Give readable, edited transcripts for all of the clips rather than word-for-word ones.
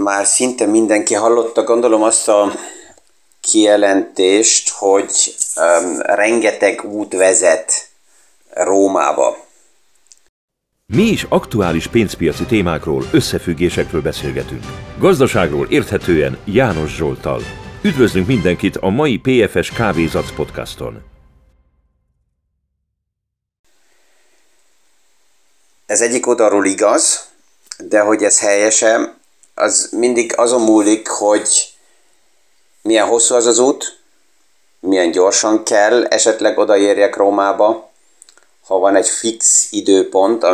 már szinte mindenki hallotta, gondolom azt a kijelentést, hogy rengeteg út vezet Rómába. Mi is aktuális pénzpiaci témákról, összefüggésekről beszélgetünk. Gazdaságról érthetően János Zsolttal. Üdvözlünk mindenkit a mai PFS Kávézac podcaston. Ez egyik oldalról igaz, de hogy ez helyese, az mindig azon múlik, hogy milyen hosszú az az út, milyen gyorsan kell esetleg odaérjek Rómába, ha van egy fix időpont,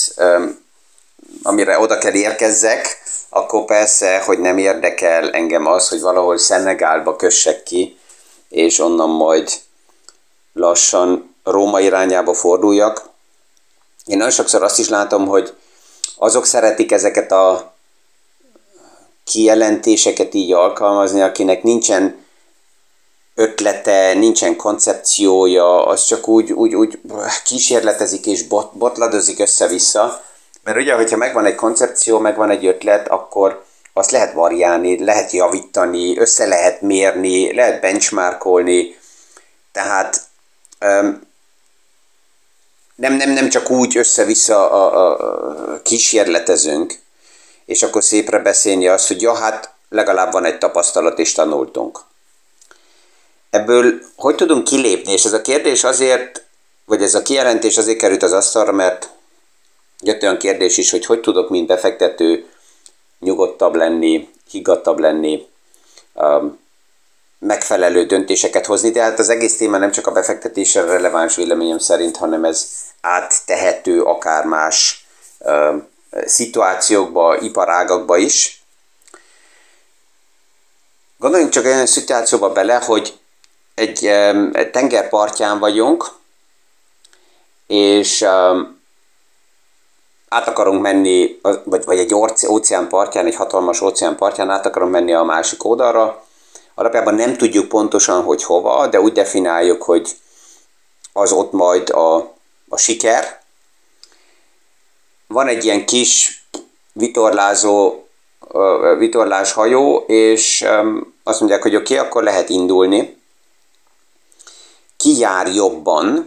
amire oda kell érkezzek, akkor persze, hogy nem érdekel engem az, hogy valahol Szenegálba kössek ki, és onnan majd lassan Róma irányába forduljak. Én nagyon sokszor azt is látom, hogy azok szeretik ezeket a kijelentéseket így alkalmazni, akinek nincsen ötlete, nincsen koncepciója, az csak úgy kísérletezik és botladozik össze-vissza. Mert ugye, hogyha megvan egy koncepció, megvan egy ötlet, akkor azt lehet variálni, lehet javítani, össze lehet mérni, lehet benchmarkolni. Tehát nem csak úgy össze-vissza kísérletezünk, és akkor szépre beszélni azt, hogy ja, hát legalább van egy tapasztalat, és tanultunk. Ebből hogy tudunk kilépni? És ez a kérdés azért, vagy ez a kijelentés azért került az asztalra, mert jött olyan kérdés is, hogy tudok, mint befektető, nyugodtabb lenni, higgadtabb lenni, megfelelő döntéseket hozni, de hát az egész téma nem csak a befektetésre releváns véleményem szerint, hanem ez áttehető akár más szituációkba, iparágakba is. Gondoljunk csak olyan szituációba bele, hogy egy tengerpartján vagyunk, és át akarunk menni, vagy egy óceán partján, egy hatalmas óceán partján át akarunk menni a másik oldalra. Alapjában nem tudjuk pontosan, hogy hova, de úgy definiáljuk, hogy az ott majd a siker. Van egy ilyen kis vitorláshajó, és azt mondják, hogy oké, akkor lehet indulni. Ki jár jobban?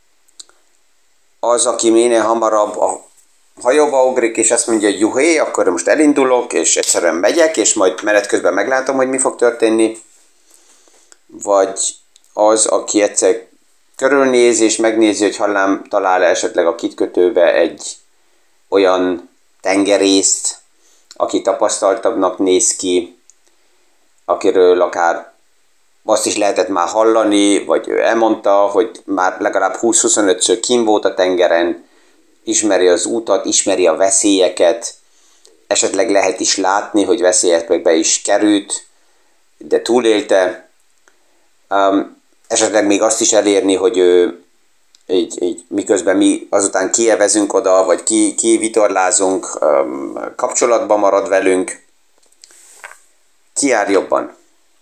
Az, aki minél hamarabb a hajóba ugrik, és azt mondja, hogy juhé, akkor most elindulok, és egyszerűen megyek, és majd menet közben meglátom, hogy mi fog történni. Vagy az, aki egyszer körülnéz, és megnézi, hogy hallám talál esetleg a kikötőbe egy olyan tengerészt, aki tapasztaltabbnak néz ki, akiről akár azt is lehetett már hallani, vagy ő elmondta, hogy már legalább 20-25-ször kint volt a tengeren, ismeri az útat, ismeri a veszélyeket, esetleg lehet is látni, hogy veszélyekbe is került, de túlélte. Esetleg még azt is elérni, hogy ő miközben mi azután kievezünk oda, vagy kivitorlázunk, kapcsolatban marad velünk. Ki jár jobban?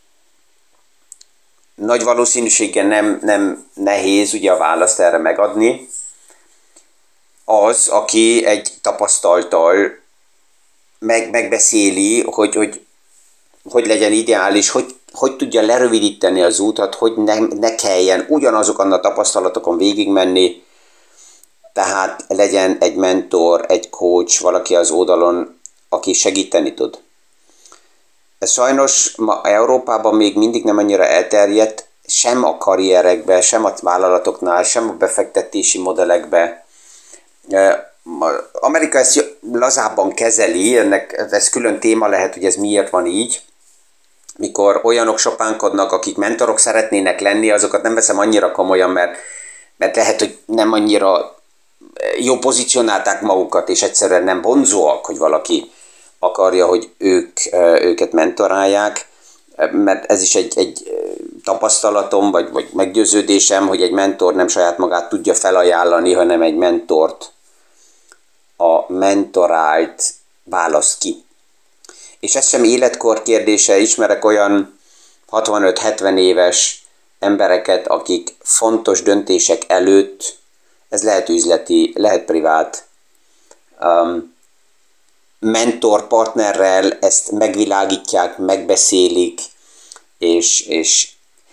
Nagy valószínűséggel nem nehéz ugye a választ erre megadni. Az, aki egy tapasztalttal megbeszéli, hogy legyen ideális, hogy tudja lerövidíteni az útat, hogy ne kelljen ugyanazokon a tapasztalatokon végigmenni, tehát legyen egy mentor, egy coach, valaki az oldalon, aki segíteni tud. Ez sajnos ma Európában még mindig nem annyira elterjedt, sem a karrierekbe, sem a vállalatoknál, sem a befektetési modellekbe. Amerika ezt lazábban kezeli, ez külön téma lehet, hogy ez miért van így. Mikor olyanok sopánkodnak, akik mentorok szeretnének lenni, azokat nem veszem annyira komolyan, mert lehet, hogy nem annyira jó pozícionálták magukat, és egyszerűen nem vonzóak, hogy valaki akarja, hogy őket mentorálják, mert ez is egy tapasztalatom, vagy meggyőződésem, hogy egy mentor nem saját magát tudja felajánlani, hanem egy mentort, a mentorált választ ki. És ez sem életkor kérdése, ismerek olyan 65-70 éves embereket, akik fontos döntések előtt, ez lehet üzleti, lehet privát, mentor partnerrel ezt megvilágítják, megbeszélik, és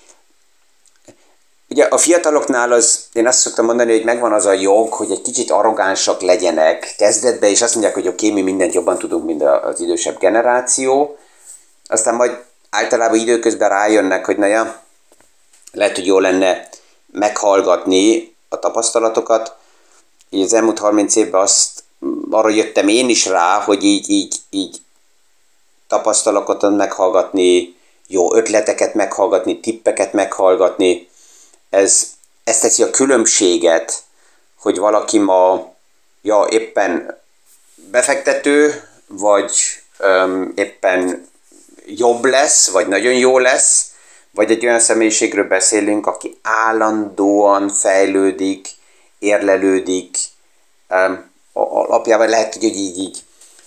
ugye a fiataloknál én azt szoktam mondani, hogy megvan az a jog, hogy egy kicsit arrogánsak legyenek kezdetben, és azt mondják, hogy oké, mi mindent jobban tudunk, mint az idősebb generáció. Aztán majd általában időközben rájönnek, hogy naja, lehet, hogy jó lenne meghallgatni a tapasztalatokat. Így az elmúlt 30 évben arra jöttem én is rá, hogy így tapasztalatokat meghallgatni, jó ötleteket meghallgatni, tippeket meghallgatni. Ez teszi a különbséget, hogy valaki ma éppen befektető, vagy éppen jobb lesz, vagy nagyon jó lesz, vagy egy olyan személyiségről beszélünk, aki állandóan fejlődik, érlelődik, alapjában lehet, hogy így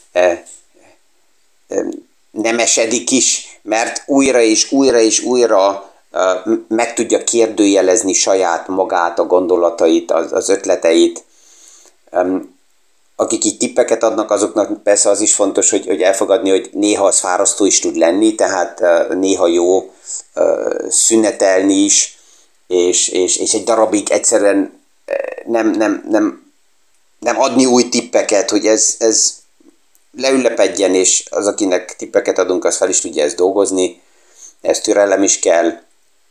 nem esedik is, mert újra és újra és újra meg tudja kérdőjelezni saját magát, a gondolatait, az ötleteit. Akik így tippeket adnak, azoknak persze az is fontos, hogy elfogadni, hogy néha az fárasztó is tud lenni, tehát néha jó szünetelni is, és egy darabig egyszerűen nem adni új tippeket, hogy ez leülepedjen, és az, akinek tippeket adunk, az fel is tudja ezt dolgozni, ez türelem is kell.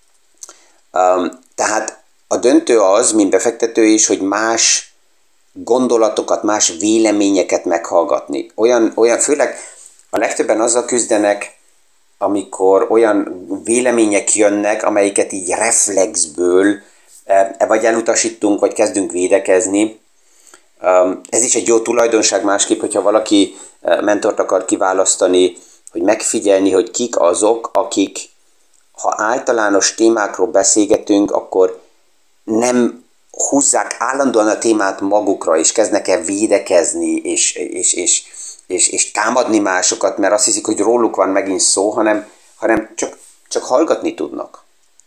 Tehát a döntő az, mint befektető is, hogy más gondolatokat, más véleményeket meghallgatni. Olyan főleg a legtöbben azzal küzdenek, amikor olyan vélemények jönnek, amelyiket így reflexből vagy elutasítunk, vagy kezdünk védekezni. Ez is egy jó tulajdonság másképp, hogyha valaki mentort akar kiválasztani, hogy megfigyelni, hogy kik azok, akik, ha általános témákról beszélgetünk, akkor nem húzzák állandóan a témát magukra, és kezdnek el védekezni, és támadni másokat, mert azt hiszik, hogy róluk van megint szó, hanem csak hallgatni tudnak.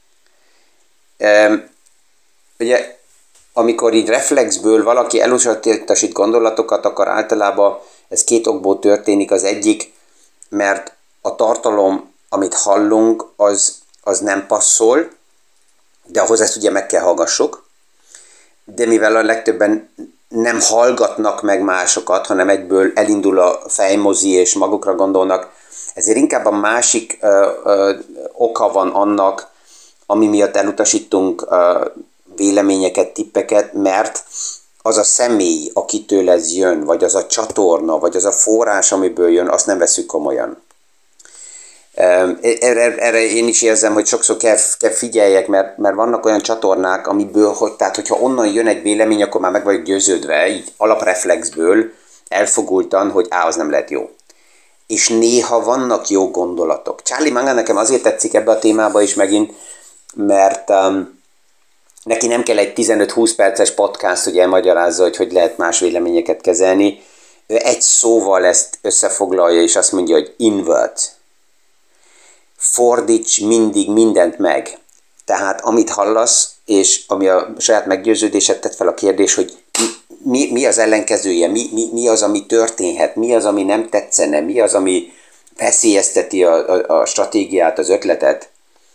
Ugye, amikor így reflexből valaki elutasít gondolatokat, akkor általában ez két okból történik. Az egyik, mert a tartalom, amit hallunk, az nem passzol, de ahhoz ezt ugye meg kell hallgassuk. De mivel a legtöbben nem hallgatnak meg másokat, hanem egyből elindul a fejmozi és magukra gondolnak, ezért inkább a másik oka van annak, ami miatt elutasítunk véleményeket, tippeket, mert az a személy, akitől ez jön, vagy az a csatorna, vagy az a forrás, amiből jön, azt nem veszük komolyan. Erre én is érzem, hogy sokszor kell figyeljek, mert vannak olyan csatornák, amiből, tehát hogyha onnan jön egy vélemény, akkor már meg vagyok győződve, így alapreflexből, elfogultan, hogy az nem lehet jó. És néha vannak jó gondolatok. Charlie Munger nekem azért tetszik ebbe a témába is megint, mert neki nem kell egy 15-20 perces podcast, hogy elmagyarázza, hogy lehet más véleményeket kezelni. Ő egy szóval ezt összefoglalja, és azt mondja, hogy invert. Fordíts mindig mindent meg. Tehát amit hallasz, és ami a saját meggyőződésed, tett fel a kérdés, hogy mi az ellenkezője, mi az, ami történhet, mi az, ami nem tetszene, mi az, ami veszélyezteti a stratégiát, az ötletet.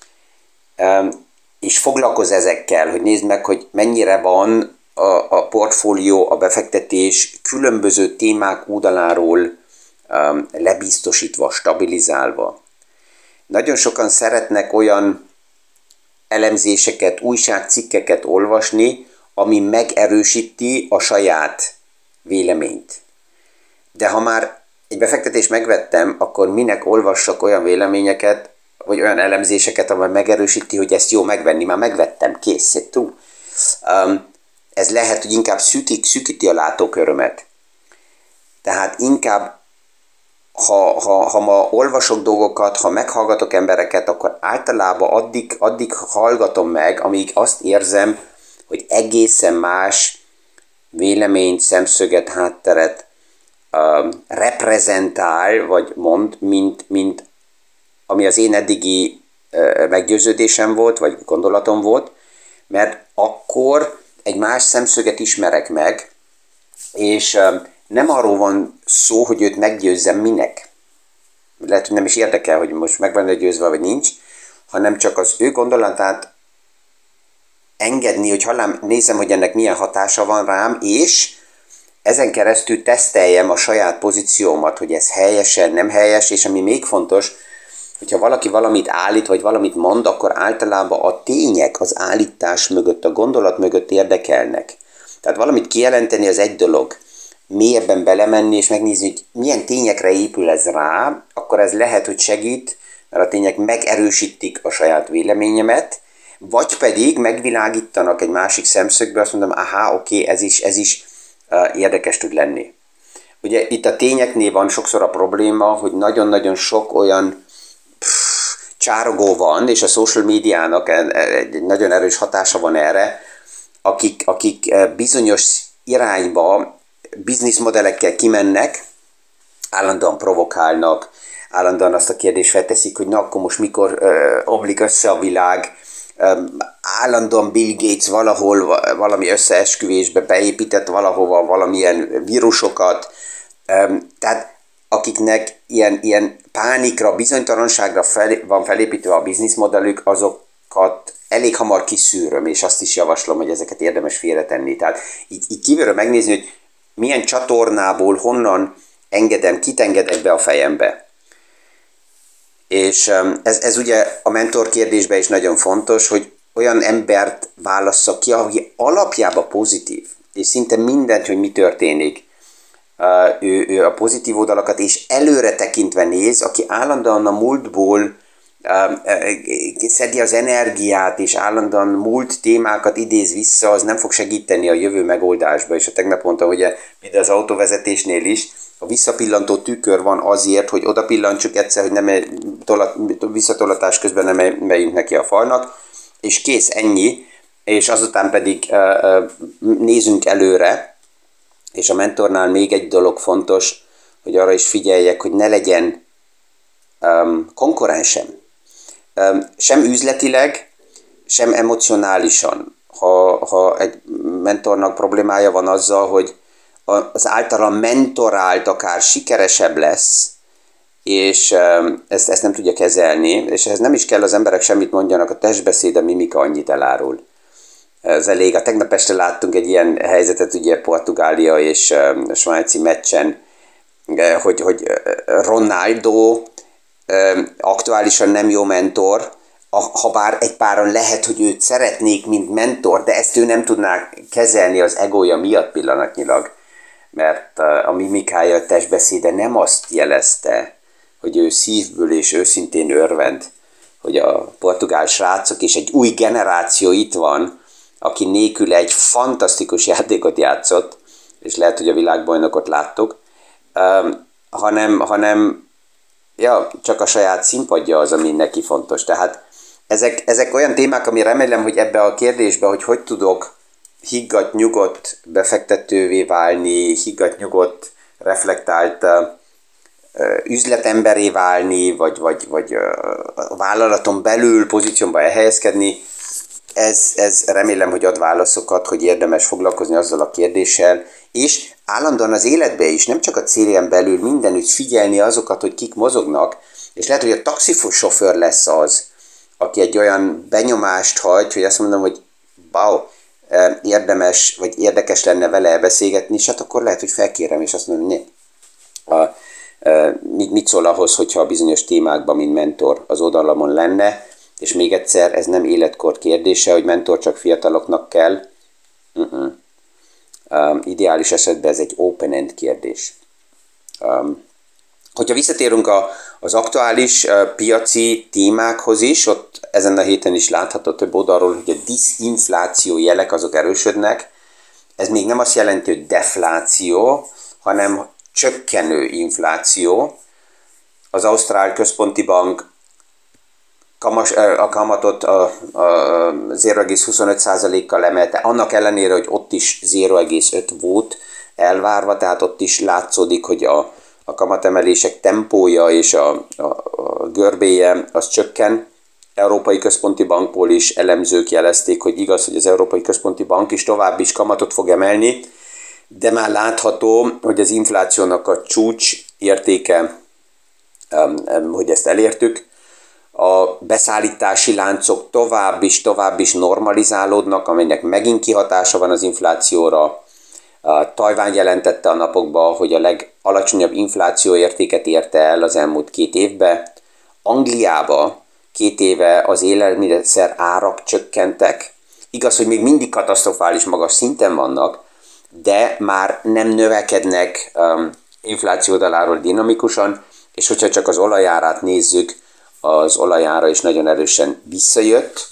És foglalkozz ezekkel, hogy nézd meg, hogy mennyire van a portfólió, a befektetés különböző témák oldaláról lebiztosítva, stabilizálva. Nagyon sokan szeretnek olyan elemzéseket, újságcikkeket olvasni, ami megerősíti a saját véleményt. De ha már egy befektetést megvettem, akkor minek olvassak olyan véleményeket, vagy olyan elemzéseket, amely megerősíti, hogy ezt jó megvenni, már megvettem, kész, tú. Ez lehet, hogy inkább szűkíti a látókörömet. Tehát inkább, ha ma olvasok dolgokat, ha meghallgatok embereket, akkor általában addig hallgatom meg, amíg azt érzem, hogy egészen más véleményt, szemszöget, hátteret reprezentál, vagy mond, mint ami az én eddigi meggyőződésem volt, vagy gondolatom volt, mert akkor egy más szemszöget ismerek meg, és nem arról van szó, hogy őt meggyőzzem minek. Lehet, hogy nem is érdekel, hogy most meg van győzve, vagy nincs, hanem csak az ő gondolatát engedni, hogy hallám, nézem, hogy ennek milyen hatása van rám, és ezen keresztül teszteljem a saját pozíciómat, hogy ez helyesen, nem helyes, és ami még fontos, hogyha valaki valamit állít, vagy valamit mond, akkor általában a tények az állítás mögött, a gondolat mögött érdekelnek. Tehát valamit kijelenteni az egy dolog, mélyebben belemenni és megnézni, hogy milyen tényekre épül ez rá, akkor ez lehet, hogy segít, mert a tények megerősítik a saját véleményemet, vagy pedig megvilágítanak egy másik szemszögből, azt mondom, oké, ez is érdekes tud lenni. Ugye itt a tényeknél van sokszor a probléma, hogy nagyon-nagyon sok olyan csárogó van, és a social médiának egy nagyon erős hatása van erre, akik bizonyos irányba bizniszmodellekkel kimennek, állandóan provokálnak, állandóan azt a kérdést felteszik, hogy na akkor most mikor omlik össze a világ, állandóan Bill Gates valahol valami összeesküvésbe beépített valahova valamilyen vírusokat, tehát akiknek ilyen pánikra, bizonytalanságra van felépítve a bizniszmodellük, azokat elég hamar kiszűröm, és azt is javaslom, hogy ezeket érdemes félretenni. Tehát így kívülről megnézni, hogy milyen csatornából, honnan kit engedek be a fejembe. És ez ugye a mentor kérdésben is nagyon fontos, hogy olyan embert válasszak ki, aki alapjában pozitív, és szinte mindent, hogy mi történik, ő a pozitív oldalakat és előre tekintve néz, aki állandóan a múltból szedi az energiát, és állandóan múlt témákat idéz vissza, az nem fog segíteni a jövő megoldásba. És a tegnap mondtam, hogy mint az autóvezetésnél is, a visszapillantó tükör van azért, hogy oda pillantsuk egyszer, hogy nem visszatolatás közben nem megyünk neki a falnak, és kész, ennyi, és azután pedig nézzünk előre, és a mentornál még egy dolog fontos, hogy arra is figyeljek, hogy ne legyen konkurensem. Sem üzletileg, sem emocionálisan. Ha egy mentornak problémája van azzal, hogy az általa mentorált akár sikeresebb lesz, és ezt nem tudja kezelni, és ehhez nem is kell az emberek semmit mondjanak, a testbeszéd, a mimika annyit elárul. Ez elég. A tegnap este láttunk egy ilyen helyzetet, ugye Portugália és a svájci meccsen, hogy Ronaldo aktuálisan nem jó mentor, ha bár egy páron lehet, hogy őt szeretnék, mint mentor, de ezt ő nem tudná kezelni az egója miatt pillanatnyilag, mert a mimikája, a testbeszéde nem azt jelezte, hogy ő szívből és őszintén örvend, hogy a portugál srácok és egy új generáció itt van, aki nélkül egy fantasztikus játékot játszott, és lehet, hogy a világbajnokot láttuk, hanem csak a saját színpadja az, ami neki fontos. Tehát ezek olyan témák, ami remélem, hogy ebbe a kérdésbe, hogy tudok higgadt, nyugodt befektetővé válni, higgadt, nyugodt, reflektált üzletemberé válni, vagy a vállalaton belül pozíciómba elhelyezkedni, ez remélem, hogy ad válaszokat, hogy érdemes foglalkozni azzal a kérdéssel, és állandóan az életbe is, nem csak a céljen belül mindenütt figyelni azokat, hogy kik mozognak, és lehet, hogy a taxisofőr lesz az, aki egy olyan benyomást hagy, hogy azt mondom, hogy wow, érdemes, vagy érdekes lenne vele beszélgetni, és hát akkor lehet, hogy felkérem, és azt mondom, hogy mit szól ahhoz, hogyha a bizonyos témákban, mint mentor az oldalamon lenne, és még egyszer, ez nem életkor kérdése, hogy mentor csak fiataloknak kell. Ideális esetben ez egy open-end kérdés. Hogyha visszatérünk az aktuális piaci témákhoz is, ott ezen a héten is látható több oldalról, hogy a diszinfláció jelek azok erősödnek. Ez még nem azt jelenti, hogy defláció, hanem csökkenő infláció. Az Ausztrál Központi Bank a kamatot a 0,25%-kal emelte, annak ellenére, hogy ott is 0,5 volt elvárva, tehát ott is látszódik, hogy a kamatemelések tempója és a görbéje az csökken. Európai Központi Bankból is elemzők jelezték, hogy igaz, hogy az Európai Központi Bank is tovább is kamatot fog emelni, de már látható, hogy az inflációnak a csúcs értéke, hogy ezt elértük, a beszállítási láncok tovább is normalizálódnak, aminek megint kihatása van az inflációra. Tajván jelentette a napokban, hogy a legalacsonyabb infláció értéket érte el az elmúlt 2 évben. Angliába 2 éve az élelmiszer árak csökkentek. Igaz, hogy még mindig katasztrofális magas szinten vannak, de már nem növekednek infláció oldaláról dinamikusan, és hogyha csak az olajárát nézzük, az olajára is nagyon erősen visszajött.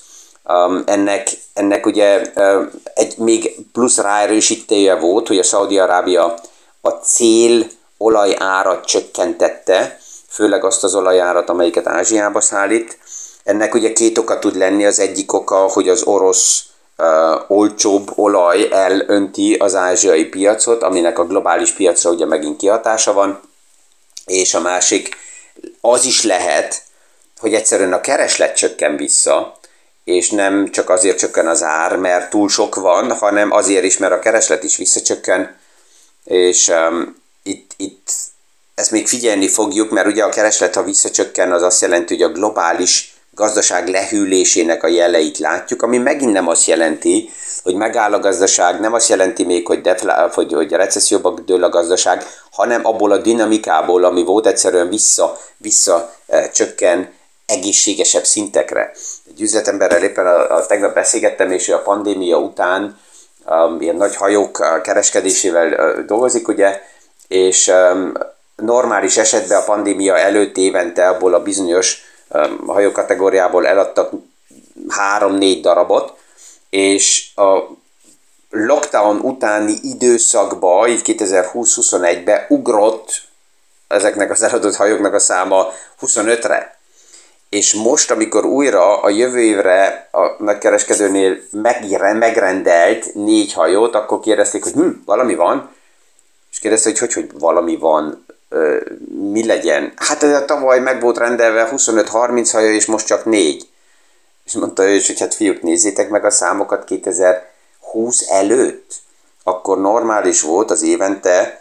Ennek ugye egy még plusz ráerősítője volt, hogy a Szaudi-Arábia a cél olajárat csökkentette, főleg azt az olajárat, amelyiket Ázsiába szállít. Ennek ugye 2 oka tud lenni, az egyik oka, hogy az orosz olcsóbb olaj elönti az ázsiai piacot, aminek a globális piacra ugye megint kihatása van, és a másik az is lehet, hogy egyszerűen a kereslet csökken vissza, és nem csak azért csökken az ár, mert túl sok van, hanem azért is, mert a kereslet is visszacsökken, és itt ezt még figyelni fogjuk, mert ugye a kereslet, ha visszacsökken, az azt jelenti, hogy a globális gazdaság lehűlésének a jeleit látjuk, ami megint nem azt jelenti, hogy megáll a gazdaság, nem azt jelenti még, hogy recesszióba dől a gazdaság, hanem abból a dinamikából, ami volt, egyszerűen visszacsökken egészségesebb szintekre. Egy üzletemberrel éppen tegnap beszélgettem, és a pandémia után ilyen nagy hajók kereskedésével dolgozik, ugye, és normális esetben a pandémia előtt évente abból a bizonyos hajókategóriából eladtak 3-4 darabot, és a lockdown utáni időszakban, így 2020-21-ben ugrott ezeknek az eladott hajóknak a száma 25-re. És most, amikor újra a jövő évre a nagykereskedőnél megrendelt 4 hajót, akkor kérdezték, hogy valami van, és kérdezték, hogy valami van, mi legyen. Hát ez tavaly meg volt rendelve 25-30 hajó, és most csak 4. És mondta ő is, hogy hát fiúk, nézzétek meg a számokat 2020 előtt. Akkor normális volt az évente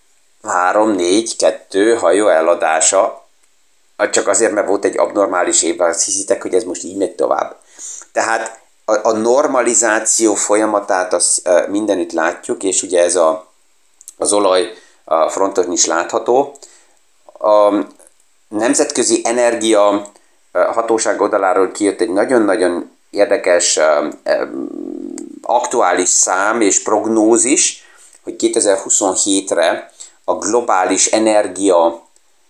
3-4-2 hajó eladása, csak azért, mert volt egy abnormális évben, azt hiszitek, hogy ez most így megy tovább. Tehát a normalizáció folyamatát azt mindenütt látjuk, és ugye ez az olaj fronton is látható. A Nemzetközi Energia Hatóság oldaláról kijött egy nagyon-nagyon érdekes, aktuális szám és prognózis, hogy 2027-re a globális energia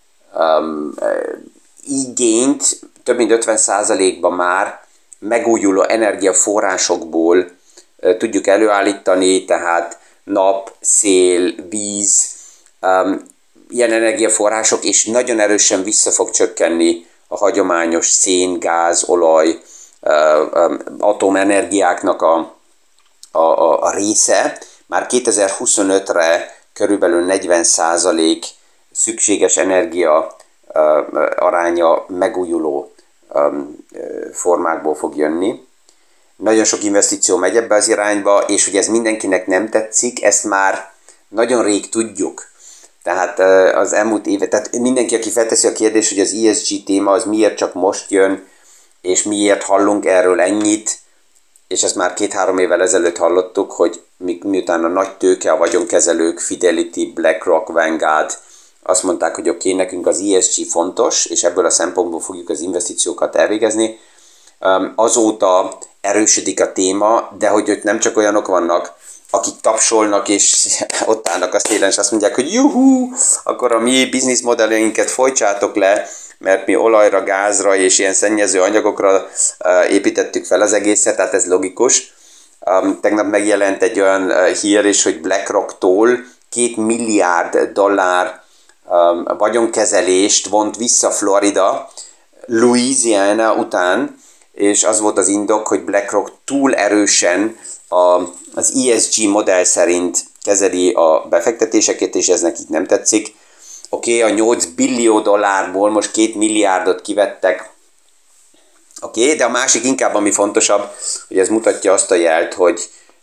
igényt több mint 50%-ban már megújuló energiaforrásokból tudjuk előállítani, tehát nap, szél, víz, ilyen energiaforrások, és nagyon erősen vissza fog csökkenni a hagyományos szén, gáz, olaj, atomenergiáknak a része. Már 2025-re körülbelül 40% szükséges energia aránya megújuló formákból fog jönni. Nagyon sok investíció megy ebbe az irányba, és hogy ez mindenkinek nem tetszik, ezt már nagyon rég tudjuk. Tehát az elmúlt éve, tehát mindenki, aki felteszi a kérdést, hogy az ESG téma az miért csak most jön, és miért hallunk erről ennyit, és ezt már 2-3 évvel ezelőtt hallottuk, hogy miután a nagy tőke, a vagyonkezelők, Fidelity, BlackRock, Vanguard azt mondták, hogy oké, nekünk az ESG fontos, és ebből a szempontból fogjuk az investíciókat elvégezni. Azóta erősödik a téma, de hogy ott nem csak olyanok vannak, akik tapsolnak, és ott állnak a szélen, és azt mondják, hogy juhú, akkor a mi bizniszmodelleinket folytsátok le, mert mi olajra, gázra és ilyen szennyező anyagokra építettük fel az egészet, tehát ez logikus. Tegnap megjelent egy olyan hír is, hogy BlackRock-tól $2 milliárd vagyonkezelést vont vissza Florida, Louisiana után, és az volt az indok, hogy BlackRock túl erősen az ESG modell szerint kezeli a befektetéseket, és ez nekik nem tetszik. Oké, a $8 billió most 2 milliárdot kivettek. Oké, de a másik inkább, ami fontosabb, hogy ez mutatja azt a jelt,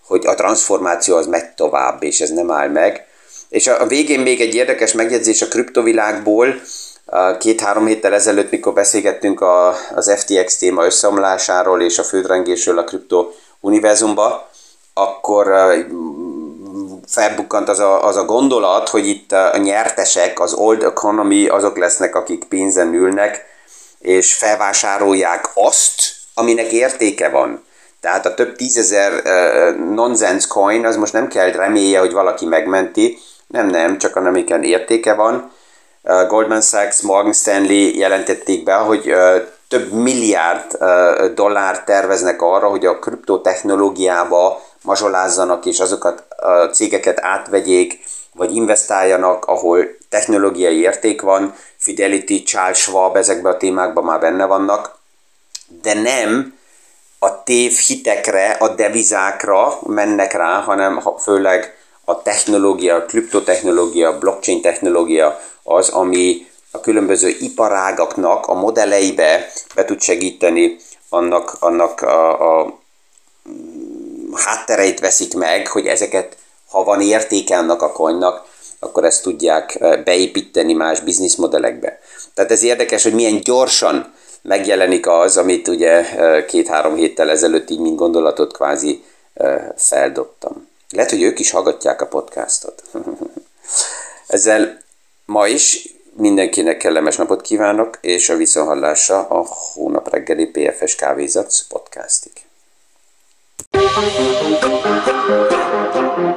hogy a transformáció az megy tovább, és ez nem áll meg. És a végén még egy érdekes megjegyzés a kriptovilágból. 2-3 héttel ezelőtt, mikor beszélgettünk az FTX téma összeomlásáról és a földrengésről a kripto univerzumba, akkor felbukkant az a gondolat, hogy itt a nyertesek, az old economy, azok lesznek, akik pénzen ülnek, és felvásárolják azt, aminek értéke van. Tehát a több 10,000 nonsense coin, az most nem kell remélje, hogy valaki megmenti, nem, csak amiken értéke van. Goldman Sachs, Morgan Stanley jelentették be, hogy több milliárd dollárt terveznek arra, hogy a kriptotechnológiába mazsolázzanak, és azokat a cégeket átvegyék, vagy investáljanak, ahol technológiai érték van. Fidelity, Charles Schwab, ezekben a témákban már benne vannak, de nem a tévhitekre, a devizákra mennek rá, hanem főleg a technológia, a kriptotechnológia, a blockchain technológia az, ami a különböző iparágaknak a modelleibe be tud segíteni, annak a háttereit veszik meg, hogy ezeket, ha van értéke annak a coinnak, akkor ezt tudják beépíteni más bizniszmodellekbe. Tehát ez érdekes, hogy milyen gyorsan megjelenik az, amit ugye 2-3 héttel ezelőtt így mint gondolatot kvázi feldobtam. Lehet, hogy ők is hallgatják a podcastot. Ezzel ma is mindenkinek kellemes napot kívánok, és a viszonthallásra a hónap reggeli PFS Kávézac podcastig.